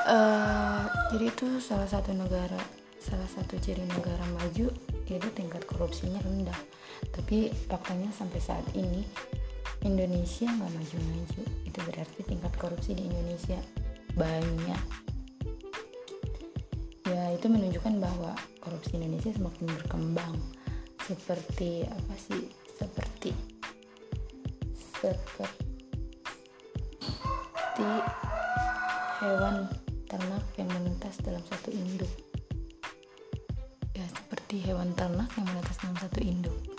Jadi itu salah satu ciri negara maju itu tingkat korupsinya rendah. Tapi faktanya sampai saat ini Indonesia nggak maju-maju. Itu berarti tingkat korupsi di Indonesia banyak. Ya itu menunjukkan bahwa korupsi Indonesia semakin berkembang. Seperti hewan ternak yang menetas dalam satu induk. Ya, seperti hewan ternak yang menetas dalam satu induk.